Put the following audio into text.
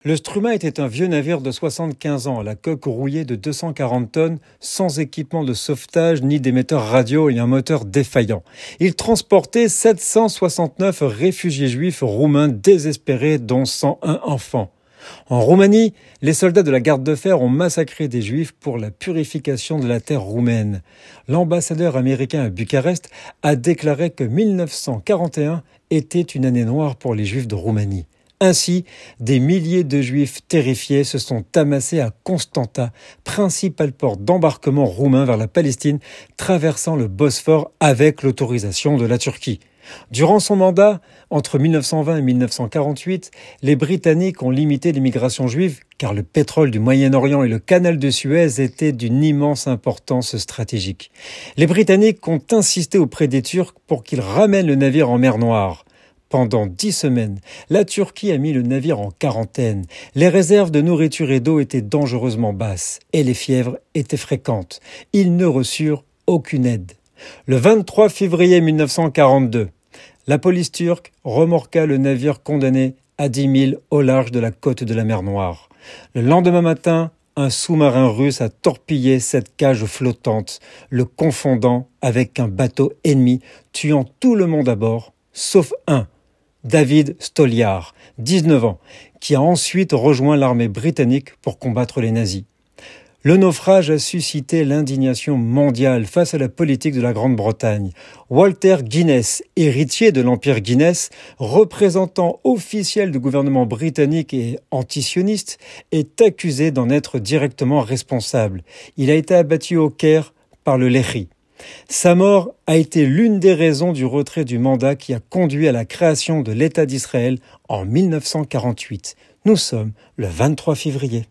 Le Struma était un vieux navire de 75 ans, à la coque rouillée de 240 tonnes, sans équipement de sauvetage ni d'émetteur radio et un moteur défaillant. Il transportait 769 réfugiés juifs roumains désespérés, dont 101 enfants. En Roumanie, les soldats de la garde de fer ont massacré des juifs pour la purification de la terre roumaine. L'ambassadeur américain à Bucarest a déclaré que 1941 était une année noire pour les juifs de Roumanie. Ainsi, des milliers de juifs terrifiés se sont amassés à Constanta, principale porte d'embarquement roumain vers la Palestine, traversant le Bosphore avec l'autorisation de la Turquie. Durant son mandat, entre 1920 et 1948, les Britanniques ont limité l'immigration juive car le pétrole du Moyen-Orient et le canal de Suez étaient d'une immense importance stratégique. Les Britanniques ont insisté auprès des Turcs pour qu'ils ramènent le navire en mer Noire. Pendant 10 semaines, la Turquie a mis le navire en quarantaine. Les réserves de nourriture et d'eau étaient dangereusement basses et les fièvres étaient fréquentes. Ils ne reçurent aucune aide. Le 23 février 1942, la police turque remorqua le navire condamné à 10 000 au large de la côte de la mer Noire. Le lendemain matin, un sous-marin russe a torpillé cette cage flottante, le confondant avec un bateau ennemi, tuant tout le monde à bord, sauf un, David Stoliar, 19 ans, qui a ensuite rejoint l'armée britannique pour combattre les nazis. Le naufrage a suscité l'indignation mondiale face à la politique de la Grande-Bretagne. Walter Guinness, héritier de l'Empire Guinness, représentant officiel du gouvernement britannique et antisioniste, est accusé d'en être directement responsable. Il a été abattu au Caire par le Lehi. Sa mort a été l'une des raisons du retrait du mandat qui a conduit à la création de l'État d'Israël en 1948. Nous sommes le 23 février.